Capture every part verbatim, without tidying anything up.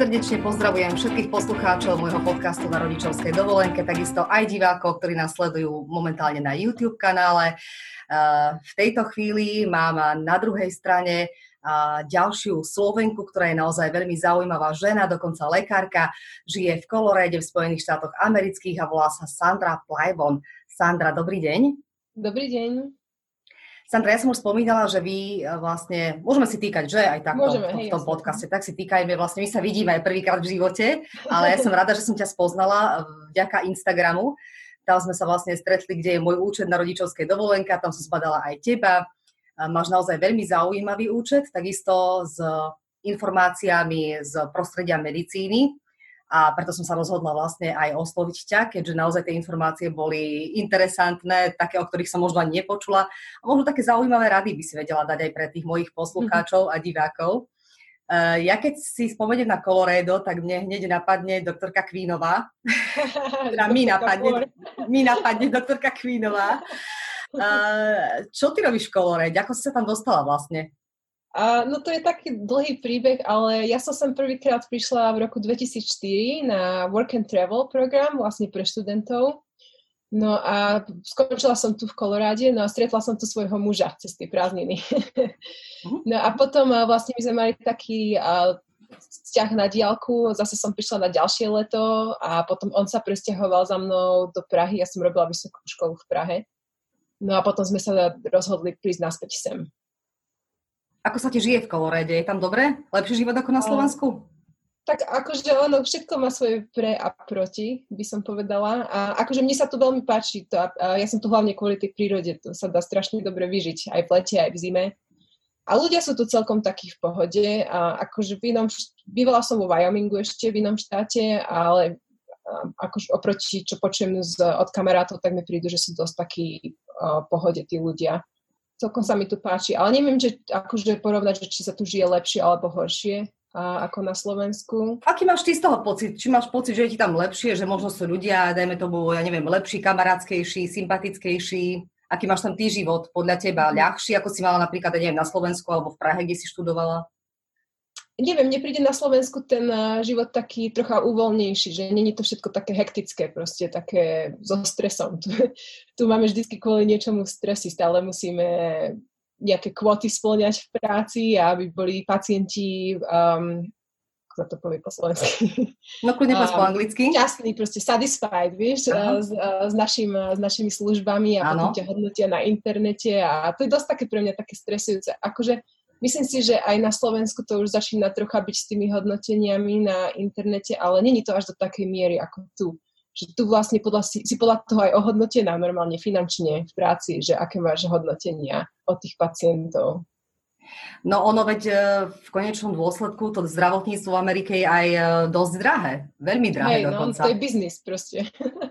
Srdečne pozdravujem všetkých poslucháčov môjho podcastu na rodičovskej dovolenke, takisto aj divákov, ktorí nás sledujú momentálne na YouTube kanále. V tejto chvíli mám na druhej strane ďalšiu Slovenku, ktorá je naozaj veľmi zaujímavá žena, dokonca lekárka, žije v Colorade v Spojených štátoch amerických a volá sa Sandra Plaibon. Sandra, dobrý deň. Dobrý deň. Sandra, ja som už spomínala, že vy vlastne, môžeme si týkať, že aj takto môžeme, v hej, tom jasne. podcaste, tak si týkajme, vlastne my sa vidíme aj prvýkrát v živote, ale ja som rada, že som ťa spoznala vďaka Instagramu. Tam sme sa vlastne stretli, kde je môj účet na rodičovskej dovolenke, tam som zbadala aj teba. Máš naozaj veľmi zaujímavý účet, takisto s informáciami z prostredia medicíny. A preto som sa rozhodla vlastne aj osloviť ťa, keďže naozaj tie informácie boli interesantné, také, o ktorých som možno ani nepočula. A možno také zaujímavé rady by si vedela dať aj pre tých mojich poslucháčov a divákov. Uh, ja keď si spomeniem na Colorado, tak mne hneď napadne doktorka Queenová. teda mi napadne, mi napadne doktorka Queenová. Uh, čo ty robíš v Colorade? Ako si sa tam dostala vlastne? Uh, no to je taký dlhý príbeh, ale ja som sem prvýkrát prišla v roku dvetisícštyri na Work and Travel program, vlastne pre študentov. No a skončila som tu v Kolorade, no a stretla som tu svojho muža cez tie prázdniny. no a potom uh, vlastne my sme mali taký uh, vzťah na diaľku, zase som prišla na ďalšie leto a potom on sa presťahoval za mnou do Prahy, ja som robila vysokú školu v Prahe. No a potom sme sa rozhodli prísť naspäť sem. Ako sa ti žije v Colorade? Je tam dobre? Lepší život ako na Slovensku? Uh, tak akože ono, všetko má svoje pre a proti, by som povedala. A akože mne sa tu veľmi páči. To, a ja som tu hlavne kvôli tej prírode. To sa dá strašne dobre vyžiť. Aj v lete, aj v zime. A ľudia sú tu celkom takí v pohode. A akože v inom, bývala som vo Wyomingu ešte, v inom štáte, ale akože oproti, čo počujem z, od kamarátov, tak mi prídu, že sú dosť takí uh, pohode tí ľudia. Celkom sa mi tu páči, ale neviem, že akože porovnať, že či sa tu žije lepšie alebo horšie a, ako na Slovensku. Aký máš ty z toho pocit? Či máš pocit, že je ti tam lepšie, že možno sú ľudia, dajme tomu, ja neviem, lepší, kamarátskejší, sympatickejší? Aký máš tam ty život podľa teba? Ľahší, ako si mala napríklad, ja neviem, na Slovensku alebo v Prahe, kde si študovala? Neviem, mne príde na Slovensku ten život taký trocha uvoľnejší, že nie je to všetko také hektické, proste také so stresom. Tu, tu máme vždycky kvôli niečomu stresy, stále musíme nejaké kvóty spĺňať v práci, aby boli pacienti, um, ako sa to povie po slovensky? No kľudne um, po anglicky. Šťastný, proste satisfied, vieš, s, s, našim, s našimi službami a ano. Potom ťa hodnotia na internete a to je dosť také pre mňa také stresujúce. Akože myslím si, že aj na Slovensku to už začína trocha byť s tými hodnoteniami na internete, ale není to až do takej miery ako tu. Že tu vlastne podľa, si, si podľa toho aj ohodnotená normálne finančne v práci, že aké máš hodnotenia od tých pacientov. No ono veď v konečnom dôsledku to zdravotníctvo v Amerike je aj dosť drahé. Veľmi drahé Hej, dokonca. No, to je biznis proste.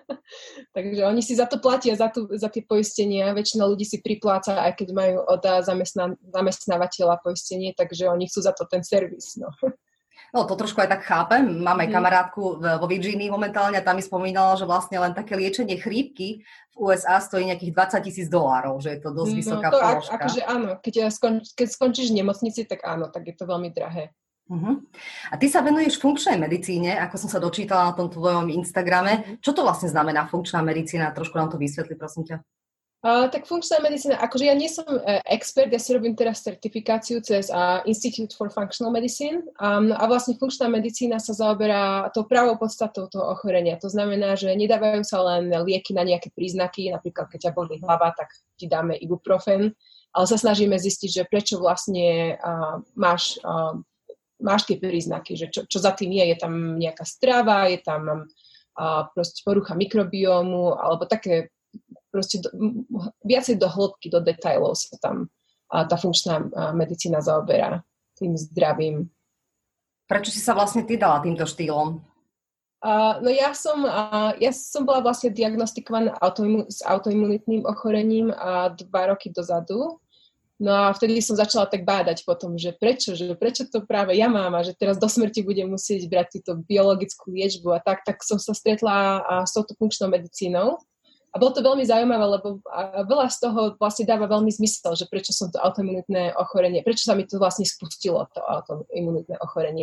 Takže oni si za to platia, za, tu, za tie poistenia. Väčšina ľudí si pripláca, aj keď majú od zamestná, zamestnávateľa poistenie, takže oni chcú za to ten servis. No. No to trošku aj tak chápem. Mám aj kamarátku vo Virginii momentálne a tam mi spomínala, že vlastne len také liečenie chrípky v ú es á stojí nejakých dvadsať tisíc dolárov, že je to dosť vysoká no, to položka. Akože áno, keď, skonč, keď skončíš v nemocnici, tak áno, tak je to veľmi drahé. Uh-huh. A ty sa venuješ funkčnej medicíne, ako som sa dočítala na tom tvojom Instagrame. Uh-huh. Čo to vlastne znamená funkčná medicína? Trošku nám to vysvetli, prosím ťa. Uh, tak funkčná medicína, akože ja nie som uh, expert, ja si robím teraz certifikáciu cez uh, Institute for Functional Medicine um, a vlastne funkčná medicína sa zaoberá tou pravou podstatou toho ochorenia. To znamená, že nedávajú sa len lieky na nejaké príznaky, napríklad keď ťa bolí hlava, tak ti dáme ibuprofen, ale sa snažíme zistiť, že prečo vlastne uh, máš uh, máš tie príznaky, že čo, čo za tým je, je tam nejaká strava, je tam uh, proste porucha mikrobiomu, alebo také proste do, viacej do hĺbky, do detailov sa tam uh, tá funkčná uh, medicína zaoberá tým zdravím. Prečo si sa vlastne ty dala týmto štýlom? Uh, no ja som, uh, ja som bola vlastne diagnostikovaná autoimu, s autoimunitným ochorením uh, dva roky dozadu. No a vtedy som začala tak bádať potom, že prečo, že prečo to práve ja mám a že teraz do smrti budem musieť brať túto biologickú liečbu a tak, tak som sa stretla s touto funkčnou medicínou. A bolo to veľmi zaujímavé, lebo veľa z toho vlastne dáva veľmi zmysel, že prečo som to autoimunitné ochorenie, prečo sa mi to vlastne spustilo, to autoimunitné ochorenie.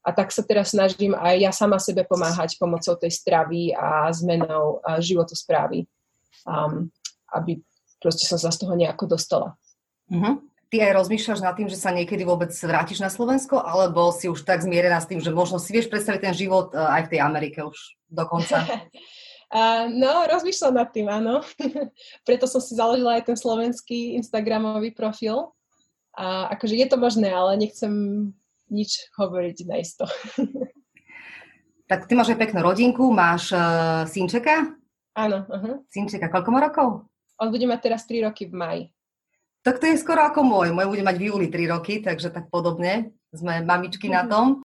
A tak sa teraz snažím aj ja sama sebe pomáhať pomocou tej stravy a zmenou a životosprávy, um, aby proste som sa z toho nejako dostala. Uh-huh. Ty aj rozmýšľaš nad tým, že sa niekedy vôbec vrátiš na Slovensko, alebo si už tak zmierená s tým, že možno si vieš predstaviť ten život aj v tej Amerike už dokonca? uh, no, rozmýšľam nad tým, áno. Preto som si založila aj ten slovenský Instagramový profil. A akože je to možné, ale nechcem nič hovoriť naisto. Tak ty máš aj peknú rodinku, máš uh, synčeka? Áno. Uh-huh. Synčeka, koľko má rokov? On bude mať teraz tri roky v máji. Tak to je skoro ako môj. Môj bude mať v júli tri roky, takže tak podobne. Sme mamičky uh-huh. na tom.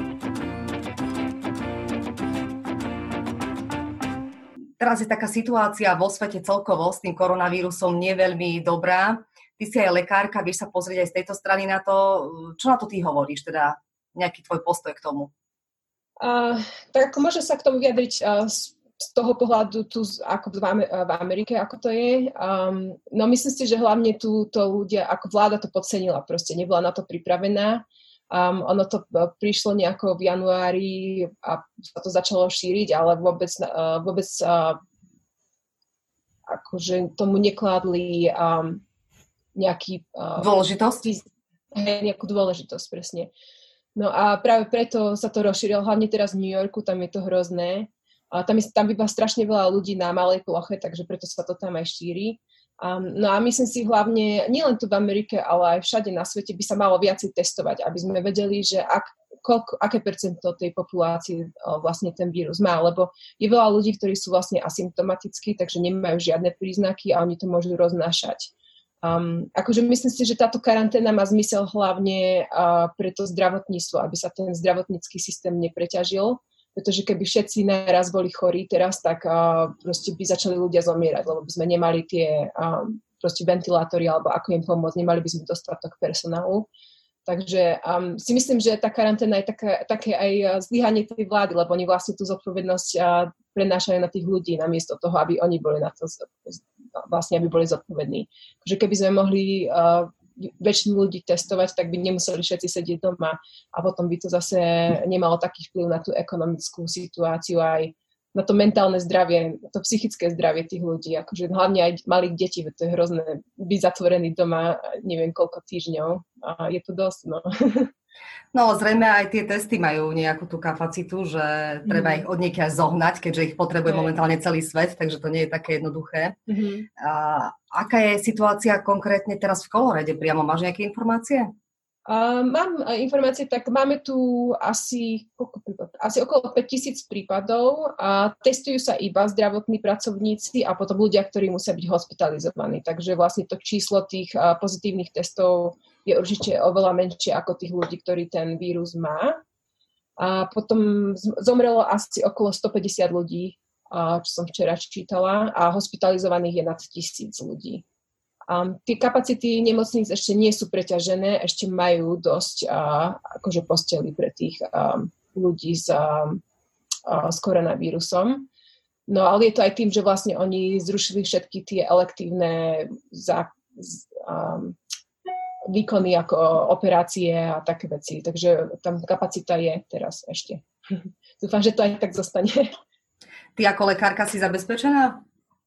Teraz je taká situácia vo svete celkovo s tým koronavírusom nie veľmi dobrá. Ty si aj lekárka, vieš sa pozrieť aj z tejto strany na to. Čo na to ty hovoríš, teda nejaký tvoj postoj k tomu? Uh, tak ako môže sa k tomu vyjadriť uh, z, z toho pohľadu tu ako v, v Amerike, ako to je. Um, no myslím si, že hlavne tu to ľudia, ako vláda to podcenila, proste nebola na to pripravená. Um, ono to prišlo nejako v januári a sa to začalo šíriť, ale vôbec, uh, vôbec uh, akože tomu nekládli um, nejaký... Uh, dôležitosť? Nejakú dôležitosť, presne. No a práve preto sa to rozšírilo, hlavne teraz v New Yorku, tam je to hrozné. A tam, je, tam býva strašne veľa ľudí na malej ploche, takže preto sa to tam aj šíri. Um, no a myslím si hlavne, nielen tu v Amerike, ale aj všade na svete by sa malo viacej testovať, aby sme vedeli, že ak, koľko, aké percento tej populácie uh, vlastne ten vírus má, lebo je veľa ľudí, ktorí sú vlastne asymptomatickí, takže nemajú žiadne príznaky a oni to môžu roznášať. Um, akože myslím si, že táto karanténa má zmysel hlavne uh, pre to zdravotníctvo, aby sa ten zdravotnícky systém nepreťažil, pretože keby všetci naraz boli chorí teraz, tak uh, proste by začali ľudia zomierať, lebo by sme nemali tie um, proste ventilátory alebo ako im pomôcť, nemali by sme dostatok personálu. Takže um, si myslím, že tá karanténa je také, také aj zlyhanie tej vlády, lebo oni vlastne tú zodpovednosť uh, prenášajú na tých ľudí, namiesto toho, aby oni boli na to vlastne, aby boli zodpovední. Takže keby sme mohli uh, väčšinu ľudí testovať, tak by nemuseli všetci sedieť doma a potom by to zase nemalo taký vplyv na tú ekonomickú situáciu aj na to mentálne zdravie, to psychické zdravie tých ľudí. Akože hlavne aj malých detí, to je hrozné byť zatvorený doma neviem koľko týždňov a je to dosť, no. No zrejme aj tie testy majú nejakú tú kapacitu, že treba mm. ich odniekiaľ zohnať, keďže ich potrebuje momentálne celý svet, takže to nie je také jednoduché. Mm. A aká je situácia konkrétne teraz v Colorade priamo? Máš nejaké informácie? Uh, mám uh, informácie, tak máme tu asi, asi okolo päťtisíc prípadov a testujú sa iba zdravotní pracovníci a potom ľudia, ktorí musia byť hospitalizovaní. Takže vlastne to číslo tých uh, pozitívnych testov je určite oveľa menšie ako tých ľudí, ktorí ten vírus má. A potom zomrelo asi okolo stopäťdesiat ľudí, uh, čo som včera čítala, a hospitalizovaných je nad tisíc ľudí. Um, tie kapacity nemocníc ešte nie sú preťažené, ešte majú dosť uh, akože posteli pre tých um, ľudí s, um, uh, s koronavírusom. No ale je to aj tým, že vlastne oni zrušili všetky tie elektívne za, um, výkony ako operácie a také veci. Takže tam kapacita je teraz ešte. Dúfam, že to aj tak zostane. Ty ako lekárka si zabezpečená?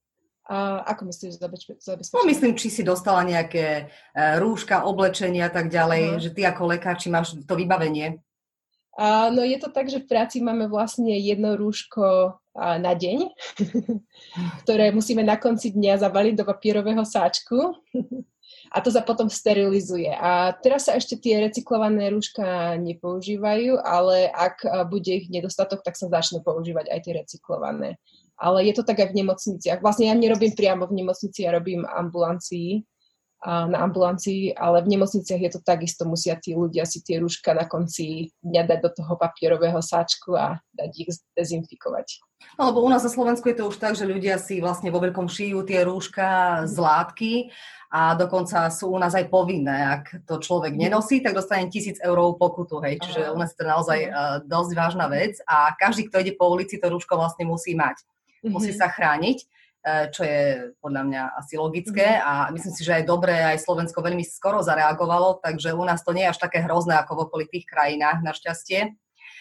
A ako myslíš zabezpečiť? No myslím, či si dostala nejaké rúška, oblečenia a tak ďalej, uh-huh. že ty ako lekár, či máš to vybavenie? Uh, no je to tak, že v práci máme vlastne jedno rúško uh, na deň, ktoré musíme na konci dňa zabaliť do papierového sáčku a to sa potom sterilizuje. A teraz sa ešte tie recyklované rúška nepoužívajú, ale ak uh, bude ich nedostatok, tak sa začnú používať aj tie recyklované. Ale je to tak aj v nemocniciach. Vlastne ja nerobím priamo v nemocnici, ja robím ambulancii, a na ambulancii, ale v nemocniciach je to takisto, musia tí ľudia si tie rúška na konci dňa dať do toho papierového sáčku a dať ich dezinfikovať. No, lebo u nás na Slovensku je to už tak, že ľudia si vlastne vo veľkom šijú tie rúška z látky a dokonca sú u nás aj povinné. Ak to človek nenosí, tak dostane tisíc eur pokutu, hej. Čiže u nás je to naozaj uh, dosť vážna vec a každý, kto ide po ulici, to rúško vlastne musí mať. Musí sa chrániť, čo je podľa mňa asi logické a myslím si, že aj dobre, aj Slovensko veľmi skoro zareagovalo, takže u nás to nie je až také hrozné ako v okolitých krajinách, našťastie.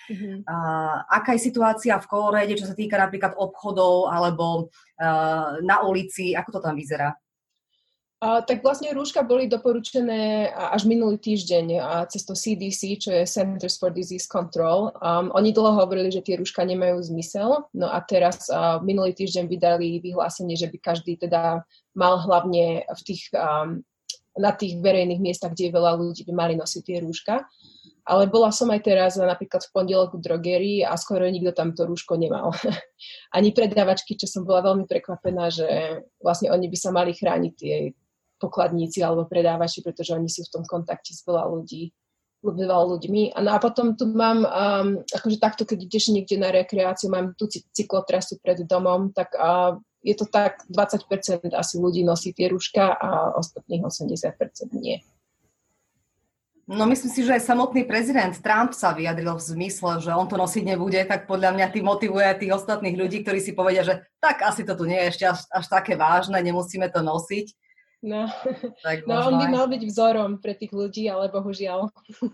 Mm-hmm. Uh, aká je situácia v Colorade, čo sa týka napríklad obchodov alebo uh, na ulici, ako to tam vyzerá? Uh, tak vlastne rúška boli doporučené až minulý týždeň uh, cez to C D C, čo je Centers for Disease Control. Um, oni dlho hovorili, že tie rúška nemajú zmysel, no a teraz uh, minulý týždeň vydali vyhlásenie, že by každý teda mal hlavne v tých, um, na tých verejných miestach, kde je veľa ľudí, by mali nosiť tie rúška. Ale bola som aj teraz napríklad v pondelok v drogerii a skoro nikto tam to rúško nemal. Ani predávačky, čo som bola veľmi prekvapená, že vlastne oni by sa mali chrániť tie pokladníci alebo predávači, pretože oni sú v tom kontakte s veľa ľudí, veľa ľuďmi. A, no a potom tu mám, um, akože takto, keď ideš niekde na rekreáciu, mám tu cyklotrasu pred domom, tak uh, je to tak, dvadsať percent asi ľudí nosí tie rúška a ostatných osemdesiat percent nie. No myslím si, že aj samotný prezident Trump sa vyjadril v zmysle, že on to nosiť nebude, tak podľa mňa tým motivuje tých ostatných ľudí, ktorí si povedia, že tak asi to tu nie je ešte až, až také vážne, nemusíme to nosiť. No, no on by mal byť vzorom pre tých ľudí, ale bohužiaľ.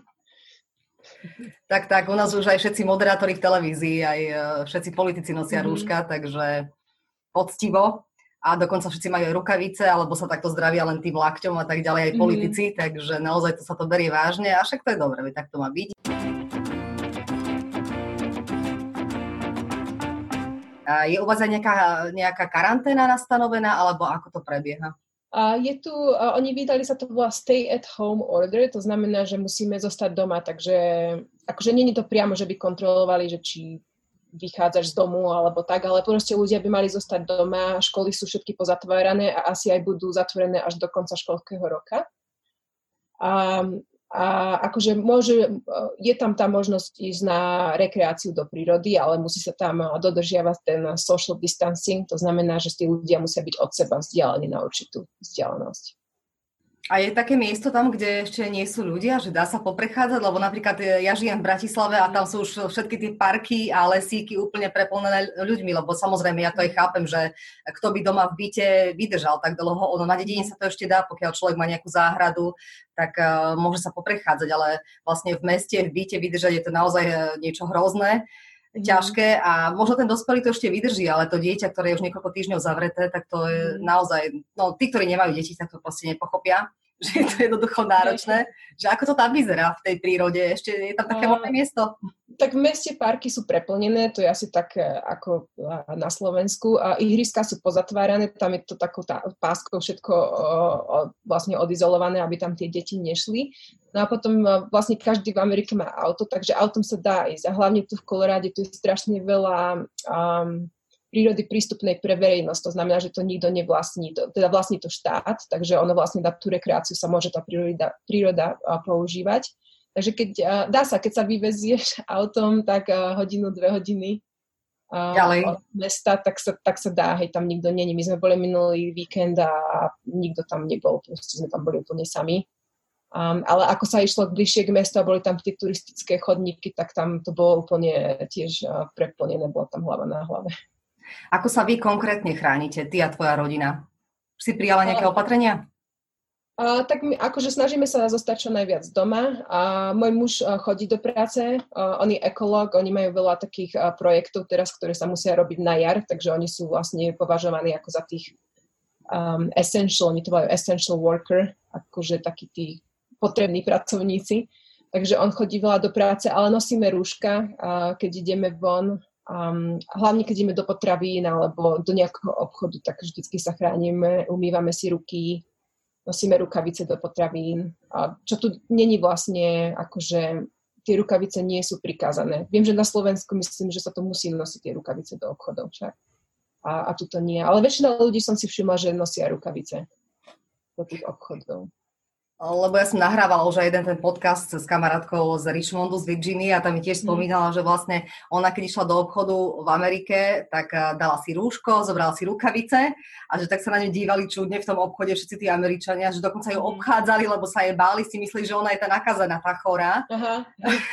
Tak, tak, u nás už aj všetci moderátori v televízii, aj všetci politici nosia mm-hmm. rúška, takže poctivo. A dokonca všetci majú aj rukavice, alebo sa takto zdravia len tým lakťom a tak ďalej aj politici, mm-hmm. takže naozaj to sa to berie vážne a však to je dobré, tak to má byť. A je u vás aj nejaká, nejaká karanténa nastanovená, alebo ako to prebieha? A je tu, a oni vydali, sa to volá stay at home order, to znamená, že musíme zostať doma, takže akože nie je to priamo, že by kontrolovali, že či vychádzaš z domu alebo tak, ale proste ľudia by mali zostať doma, školy sú všetky pozatvárané a asi aj budú zatvorené až do konca školského roka. A, a akože môže, je tam tá možnosť ísť na rekreáciu do prírody, ale musí sa tam dodržiavať ten social distancing, to znamená, že tí ľudia musia byť od seba vzdialení na určitú vzdialenosť. A je také miesto tam, kde ešte nie sú ľudia, že dá sa poprechádzať? Lebo napríklad ja žijem v Bratislave a tam sú už všetky tie parky a lesíky úplne preplnené ľuďmi, lebo samozrejme ja to aj chápem, že kto by doma v byte vydržal tak dlho, ono na dedine sa to ešte dá, pokiaľ človek má nejakú záhradu, tak uh, môže sa poprechádzať, ale vlastne v meste, v byte vydržať je to naozaj niečo hrozné, mm. ťažké a možno ten dospelý to ešte vydrží, ale to dieťa, ktoré je už niekoľko týždňov zavreté, tak to je mm. naozaj, no tí, ktorí nemajú deti, tak to proste nepochopia, že je to jednoducho náročné, že ako to tam vyzerá v tej prírode, ešte je tam také voľné miesto? Tak v meste parky sú preplnené, to je asi tak ako na Slovensku a ihriska sú pozatvárané, tam je to takou tá, páskou všetko o, o, vlastne odizolované, aby tam tie deti nešli. No a potom vlastne každý v Amerike má auto, takže autom sa dá ísť a hlavne tu v Colorade tu je strašne veľa um, prírody prístupnej pre verejnosť, to znamená, že to nikto nevlastní, to, teda vlastní to štát, takže ono vlastne na tú rekreáciu sa môže tá príroda, príroda používať. Takže keď, dá sa, keď sa vyvezieš autom, tak hodinu, dve hodiny ďalej od mesta, tak sa, tak sa dá, hej, tam nikto není. My sme boli minulý víkend a nikto tam nebol, proste sme tam boli úplne sami. Um, ale ako sa išlo bližšie k mestu a boli tam tie turistické chodníky, tak tam to bolo úplne tiež uh, preplnené, bola tam hlava na hlave. Ako sa vy konkrétne chránite, ty a tvoja rodina? Si prijala nejaké opatrenia? Uh, tak my akože snažíme sa zostať čo najviac doma. A môj muž uh, chodí do práce, uh, on je ekológ, oni majú veľa takých uh, projektov teraz, ktoré sa musia robiť na jar, takže oni sú vlastne považovaní ako za tých um, essential, oni to volajú essential worker, akože takí tí potrební pracovníci. Takže on chodí veľa do práce, ale nosíme rúška, uh, keď ideme von. Um, hlavne keď ideme do potravín alebo do nejakého obchodu, tak vždycky sa chránime, umývame si ruky, nosíme rukavice do potravín. A čo tu není vlastne, akože tie rukavice nie sú prikázané. Viem, že na Slovensku myslím, že sa to musí nosiť tie rukavice do obchodov však. A, a tu to nie. Ale väčšina ľudí som si všimla, že nosia rukavice do tých obchodov. Lebo ja som nahrávala už aj jeden ten podcast s kamarátkou z Richmondu, z Virginie a tam mi tiež spomínala, že vlastne ona, keď išla do obchodu v Amerike, tak dala si rúško, zobrala si rukavice a že tak sa na ňu dívali čudne v tom obchode všetci tí Američania, že dokonca ju obchádzali, lebo sa jej báli, si mysleli, že ona je tá nakazená, tá chorá. Aha.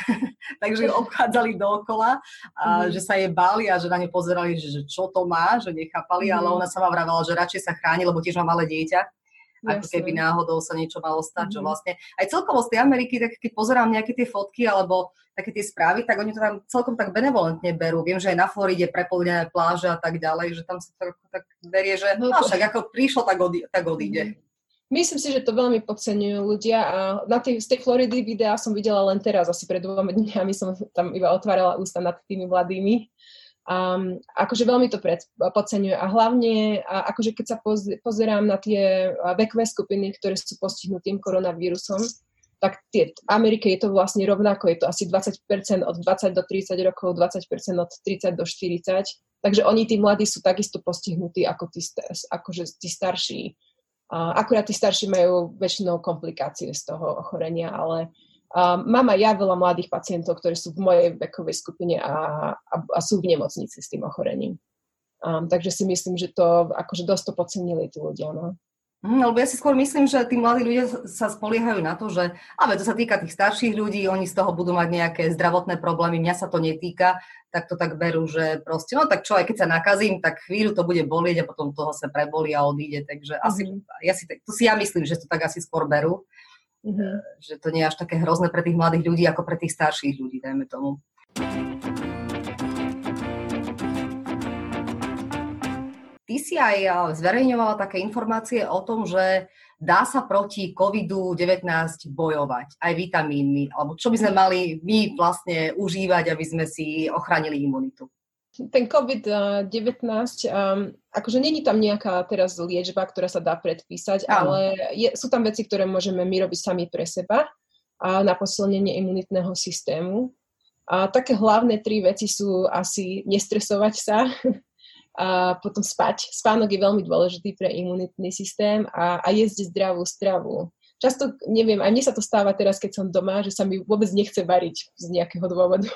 Takže ju obchádzali dookola a mm. že sa jej báli a že na ňu pozerali, že, že čo to má, že nechápali, mm. ale ona sama vravela, že radšej sa chráni, lebo tiež má malé dieťa. ako Jasné. keby náhodou sa niečo malo stať, Mm-hmm. že vlastne aj celkovo z tej Ameriky, tak keď pozerám nejaké tie fotky alebo také tie správy, tak oni to tam celkom tak benevolentne berú. Viem, že aj na Floride preplnené pláže a tak ďalej, že tam sa to tak berie, že no, no to... však ako prišlo, tak, odí, tak odíde. Mm-hmm. Myslím si, že to veľmi podceňujú ľudia a na tej, z tej Floridy videa som videla len teraz, asi pred dvoma dňami som tam iba otvárala ústa nad tými mladými. Um, akože veľmi to pred, podceňujú a hlavne a akože keď sa poz, pozerám na tie vekové skupiny, ktoré sú postihnutým koronavírusom, tak tie, v Amerike je to vlastne rovnako, je to asi dvadsať percent od dvadsať do tridsať rokov, dvadsať percent od tridsať do štyridsať, takže oni tí mladí sú takisto postihnutí ako tí, akože tí starší. Uh, akurát tí starší majú väčšinou komplikácie z toho ochorenia, ale uh, mám aj ja veľa mladých pacientov, ktorí sú v mojej vekovej skupine a, a, a sú v nemocnici s tým ochorením. Um, takže si myslím, že to akože dosť to podcenili tí ľudia, no. Mm, lebo ja si skôr myslím, že tí mladí ľudia sa spoliehajú na to, že ale to sa týka tých starších ľudí, oni z toho budú mať nejaké zdravotné problémy, mňa sa to netýka, tak to tak berú, že proste, no tak čo, aj keď sa nakazím, tak chvíľu to bude bolieť a potom to zase prebolí a odíde, takže asi, mm-hmm. ja si, to si ja myslím, že to tak asi skôr berú, mm-hmm. že to nie je až také hrozné pre tých mladých ľudí, ako pre tých starších ľudí, dajme tomu. Ty si aj zverejňovala také informácie o tom, že dá sa proti kovid devätnásť bojovať aj vitamínmi, alebo čo by sme mali my vlastne užívať, aby sme si ochránili imunitu. Ten kovid devätnásť, um, akože není tam nejaká teraz liečba, ktorá sa dá predpísať, Áno. ale je, sú tam veci, ktoré môžeme my robiť sami pre seba a na posilnenie imunitného systému. A také hlavné tri veci sú asi nestresovať sa, a potom spať. Spánok je veľmi dôležitý pre imunitný systém a, a jesť zdravú stravu. Často, neviem, aj mne sa to stáva teraz, keď som doma, že sa mi vôbec nechce variť z nejakého dôvodu.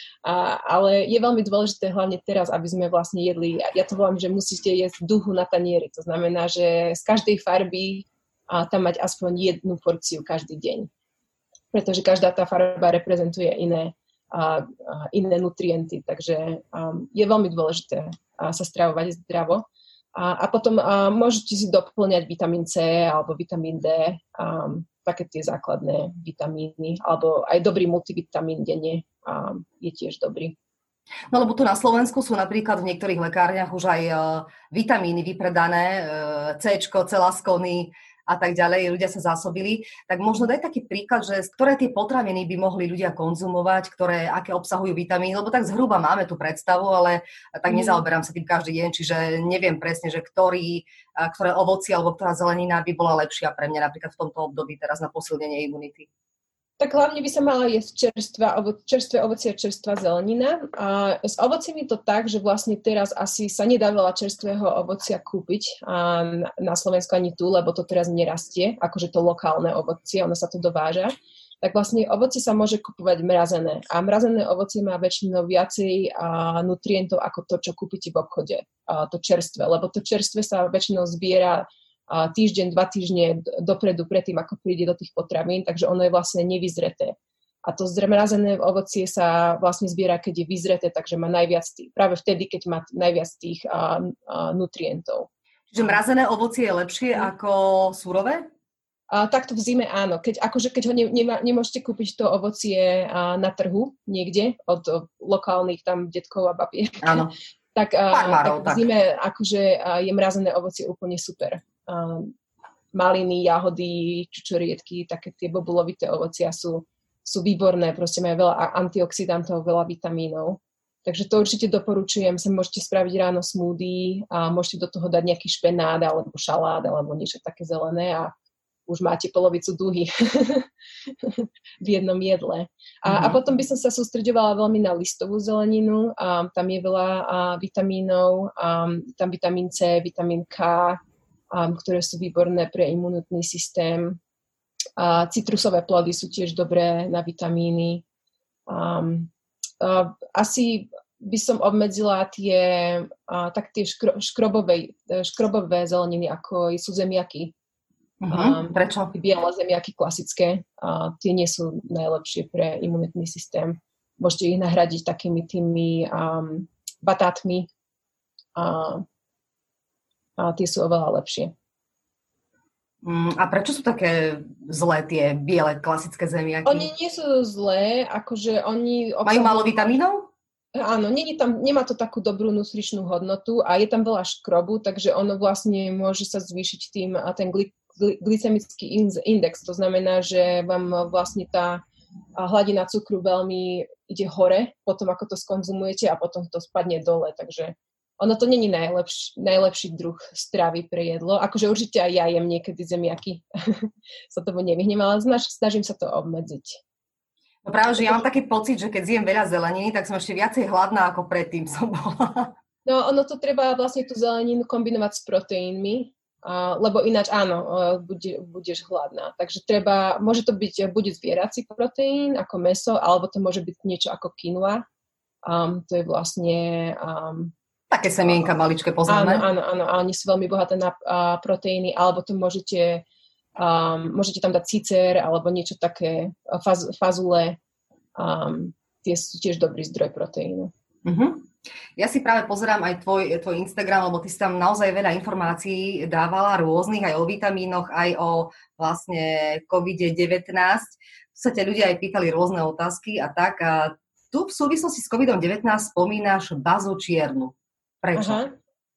A, ale je veľmi dôležité hlavne teraz, aby sme vlastne jedli, ja to volám, že musíte jesť duhu na tanieri. To znamená, že z každej farby a tam mať aspoň jednu porciu každý deň. Pretože každá tá farba reprezentuje iné, a, a iné nutrienty. Takže um, je veľmi dôležité sa stravovať zdravo. A, a potom a, môžete si doplňať vitamín C alebo vitamín D, um, také tie základné vitamíny, alebo aj dobrý multivitamín denne um, je tiež dobrý. No lebo tu na Slovensku sú napríklad v niektorých lekárniach už aj uh, vitamíny vypredané, uh, C-čko, celaskony a tak ďalej, ľudia sa zásobili. Tak možno daj taký príklad, že ktoré tie potraviny by mohli ľudia konzumovať, ktoré, aké obsahujú vitamíny, lebo tak zhruba máme tú predstavu, ale tak nezaoberám sa tým každý deň, čiže neviem presne, že ktorý, ktoré ovocie alebo ktorá zelenina by bola lepšia pre mňa napríklad v tomto období teraz na posilnenie imunity. Tak hlavne by sa mala jesť čerstvá, čerstvé ovocie a čerstvá zelenina. A s ovocím je to tak, že vlastne teraz asi sa nedá veľa čerstvého ovocia kúpiť a na Slovensku ani tu, lebo to teraz nerastie, akože to lokálne ovocie, ono sa to dováža. Tak vlastne ovocie sa môže kupovať mrazené. A mrazené ovocie má väčšinou viacej a, nutrientov ako to, čo kúpite v obchode, a, to čerstvé. Lebo to čerstvé sa väčšinou zbiera týždeň, dva týždne dopredu, predtým, ako príde do tých potravín, takže ono je vlastne nevyzreté. A to zmrazené ovocie sa vlastne zbiera, keď je vyzreté, takže má najviac tých, práve vtedy, keď má najviac tých a, a, nutrientov. Čiže mrazené ovocie je lepšie mm. ako surové? A, takto v zime áno. Keď, akože, keď ho ne, ne, nemôžete kúpiť to ovocie a, na trhu niekde od o, lokálnych tam detkov a babiek, áno. tak, a, tak v zime akože, a, je mrazené ovocie úplne super. Um, maliny, jahody, čučoriedky, také tie bobulovité ovocia sú, sú výborné, proste majú veľa antioxidantov, veľa vitamínov. Takže to určite doporučujem, sa môžete spraviť ráno smoothie a môžete do toho dať nejaký špenát alebo šalát alebo niečo také zelené a už máte polovicu duhy v jednom jedle. A, mm-hmm. a potom by som sa sústreďovala veľmi na listovú zeleninu, a tam je veľa a, vitamínov, a, tam vitamín C, vitamín K, Um, ktoré sú výborné pre imunitný systém. A citrusové plody sú tiež dobré na vitamíny. Um, uh, asi by som obmedzila tie, uh, tak tie škro, škrobové, škrobové zeleniny, ako sú zemiaky. Uh-huh. Um, Prečo? Biele zemiaky klasické. Uh, tie nie sú najlepšie pre imunitný systém. Môžete ich nahradiť takými tými um, batátmi. Uh, a tie sú oveľa lepšie. Mm, a prečo sú také zlé tie biele klasické zemiaky? Oni nie sú zlé, akože oni... Obsahujú... Majú málo vitamínov? Áno, nie, tam, nemá to takú dobrú nutričnú hodnotu a je tam veľa škrobu, takže ono vlastne môže sa zvýšiť tým a ten gly, gly, glykemický index. To znamená, že vám vlastne tá hladina cukru veľmi ide hore, potom ako to skonzumujete a potom to spadne dole. Takže ono to není najlepší, najlepší druh stravy pre jedlo. Akože určite aj ja jem niekedy zemiaky. Sa tomu nevyhnem, ale snažím sa to obmedziť. No práve, že ja mám taký pocit, že keď zjem veľa zeleniny, tak som ešte viacej hladná, ako predtým som bola. No ono to treba vlastne tú zeleninu kombinovať s proteínmi, a, lebo ináč áno, bude, budeš hladná. Takže treba, môže to byť buď zvierací proteín, ako mäso, alebo to môže byť niečo ako quinoa. Um, to je vlastne... Um, Také semienka maličké poznáme. Áno, áno, áno, a oni sú veľmi bohaté na uh, proteíny, alebo to môžete... Um, môžete tam dať cicer alebo niečo také, faz, fazule. Um, tie sú tiež dobrý zdroj proteínu. Uh-huh. Ja si práve pozerám aj tvoj, tvoj Instagram, lebo ty si tam naozaj veľa informácií dávala rôznych, aj o vitamínoch, aj o vlastne kovid devätnásť. Tu sa ťa ľudia aj pýtali rôzne otázky a tak. A tu v súvislosti s kovid devätnásť spomínaš bazu čiernu. Prečo? Aha.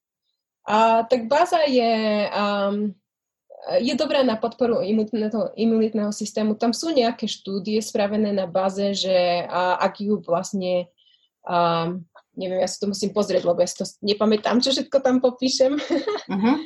A, tak baza je... Um, je dobrá na podporu imunitného, imunitného systému. Tam sú nejaké štúdie spravené na báze, že a, ak ju vlastne, a, neviem, ja si to musím pozrieť, lebo ja si to nepamätám, čo všetko tam popíšem. Uh-huh.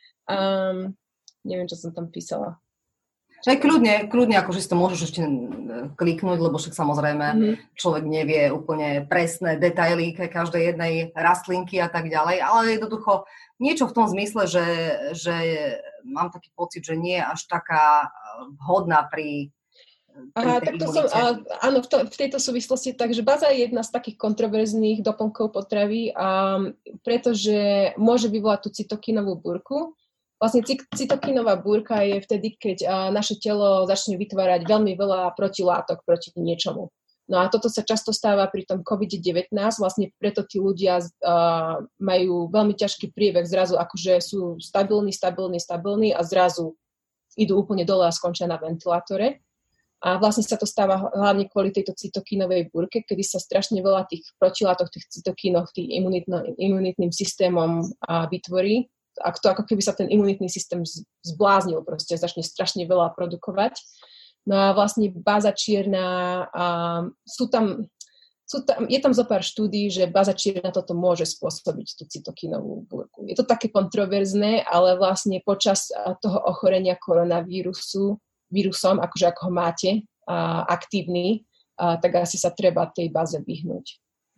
um, neviem, čo som tam písala. Aj kľudne, kľudne, akože si to môžeš ešte kliknúť, lebo však samozrejme mm. človek nevie úplne presné detaily každej jednej rastlinky a tak ďalej, ale jednoducho niečo v tom zmysle, že, že mám taký pocit, že nie je až taká vhodná pri, pri Aha, tak to som, a, áno, v, to, v tejto súvislosti, takže baza je jedna z takých kontroverzných doplnkov potravy, a, pretože môže vyvolať tú cytokinovú búrku. Vlastne cytokinová búrka je vtedy, keď a, naše telo začne vytvárať veľmi veľa protilátok proti niečomu. No a toto sa často stáva pri tom kovid devätnásť, vlastne preto tí ľudia a, majú veľmi ťažký priebeh, zrazu akože sú stabilní, stabilní, stabilní a zrazu idú úplne dole a skončia na ventilátore. A vlastne sa to stáva hlavne kvôli tejto cytokinovej búrke, kedy sa strašne veľa tých protilátok, tých cytokínov, tým imunitno, imunitným systémom a, vytvorí. A to ako keby sa ten imunitný systém zbláznil, proste začne strašne veľa produkovať. No a vlastne báza čierna, a sú tam, sú tam, je tam zo pár štúdií, že báza čierna toto môže spôsobiť tú cytokinovú búrku. Je to také kontroverzné, ale vlastne počas toho ochorenia koronavírusu, vírusom, akože ako ho máte, a aktívny, a tak asi sa treba tej báze vyhnúť.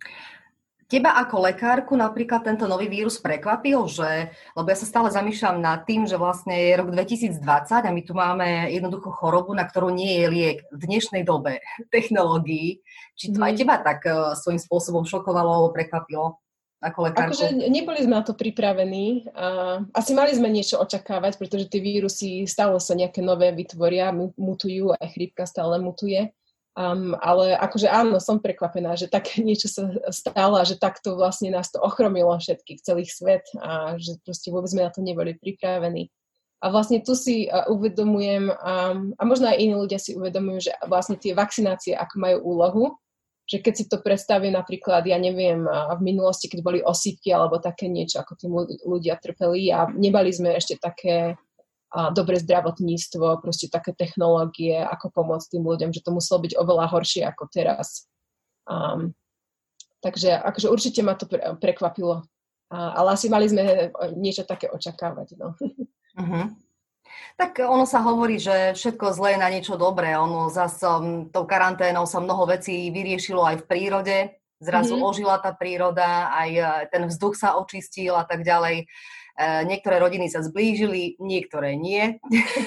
Teba ako lekárku napríklad tento nový vírus prekvapil, že, lebo ja sa stále zamýšľam nad tým, že vlastne je rok dvetisícdvadsať a my tu máme jednoducho chorobu, na ktorú nie je liek v dnešnej dobe technológií. Či to mm. aj teba tak uh, svojím spôsobom šokovalo alebo prekvapilo ako lekárku? Akože neboli sme na to pripravení. Uh, asi mali sme niečo očakávať, pretože tie vírusy stále sa nejaké nové vytvoria, mutujú, aj chrípka stále mutuje. Um, ale akože áno, som prekvapená, že také niečo sa stalo a že takto vlastne nás to ochromilo všetkých, celý svet a že proste vôbec sme na to neboli pripravení. A vlastne tu si uh, uvedomujem, um, a možno aj iní ľudia si uvedomujú, že vlastne tie vakcinácie ako majú úlohu, že keď si to predstavia napríklad, ja neviem, uh, v minulosti, keď boli osýpky alebo také niečo, ako tí ľudia trpeli a nemali sme ešte také a dobré zdravotníctvo, proste také technológie, ako pomôcť tým ľuďom, že to muselo byť oveľa horšie ako teraz. Um, takže akože určite ma to pre, prekvapilo. A, ale asi mali sme niečo také očakávať. No. Uh-huh. Tak ono sa hovorí, že všetko zlé je na niečo dobré. Ono zase um, tou karanténou sa mnoho vecí vyriešilo aj v prírode. Zrazu uh-huh. ožila tá príroda, aj ten vzduch sa očistil a tak ďalej. Niektoré rodiny sa zblížili, niektoré nie.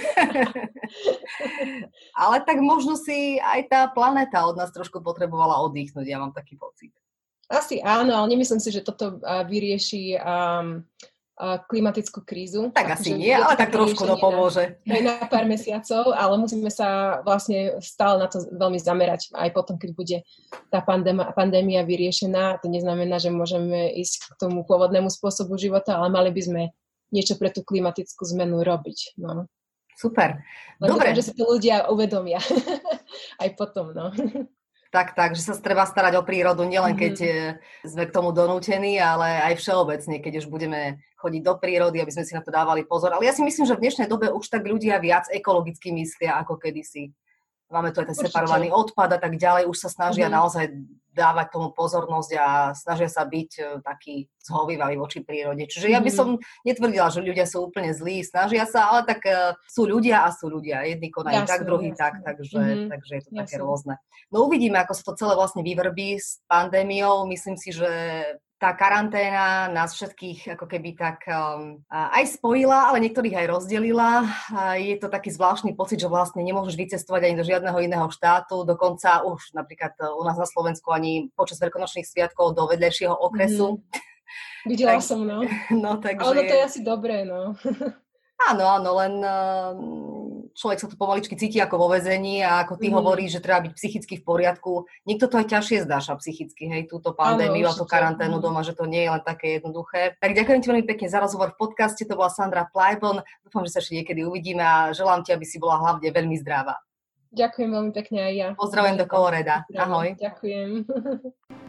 Ale tak možno si aj tá planéta od nás trošku potrebovala oddychnúť, ja mám taký pocit. Asi áno, ale nemyslím si, že toto vyrieši um, klimatickú krízu. Tak asi nie, ale tak trošku to pomôže. Na, na pár mesiacov, ale musíme sa vlastne stále na to veľmi zamerať. Aj potom, keď bude tá pandémia, pandémia vyriešená, to neznamená, že môžeme ísť k tomu pôvodnému spôsobu života, ale mali by sme niečo pre tú klimatickú zmenu robiť. No. Super. Len Dobre. dúfam, že si to ľudia uvedomia. Aj potom, no. Tak, tak, že sa treba starať o prírodu, nielen keď Mm-hmm. sme k tomu donútení, ale aj všeobecne, keď už budeme chodiť do prírody, aby sme si na to dávali pozor. Ale ja si myslím, že v dnešnej dobe už tak ľudia viac ekologicky myslia ako kedysi. Máme tu aj ten Určite. separovaný odpad a tak ďalej, už sa snažia Mm-hmm. naozaj dávať tomu pozornosť a snažia sa byť uh, taký zhovývavý voči prírode. Čiže ja by som netvrdila, že ľudia sú úplne zlí, snažia sa, ale tak uh, sú ľudia a sú ľudia. Jedni konajú Jasné, tak, druhý jasné. tak, takže, Mm-hmm. takže je to Jasné. také rôzne. No uvidíme, ako sa to celé vlastne vyvrbí s pandémiou. Myslím si, že tá karanténa nás všetkých ako keby tak um, aj spojila, ale niektorých aj rozdelila. A je to taký zvláštny pocit, že vlastne nemôžeš vycestovať ani do žiadneho iného štátu, dokonca už napríklad u nás na Slovensku ani počas veľkonočných sviatkov do vedľajšieho okresu. Mm-hmm. Videla tak, som, no. no takže... Ale no to je asi dobré, no. Áno, áno, len uh, človek sa tu pomaličky cíti ako vo väzení a ako ty mm. hovoríš, že treba byť psychicky v poriadku. Niekto to aj ťažšie zdáša psychicky, hej, túto pandémiu a tú karanténu doma, že to nie je len také jednoduché. Tak ďakujem ti veľmi pekne za rozhovor v podcaste, to bola Sandra Plajbon. Dúfam, že sa ešte niekedy uvidíme a želám ti, aby si bola hlavne veľmi zdravá. Ďakujem veľmi pekne aj ja. Pozdravujem do Coloreda. Ahoj. Ďakujem.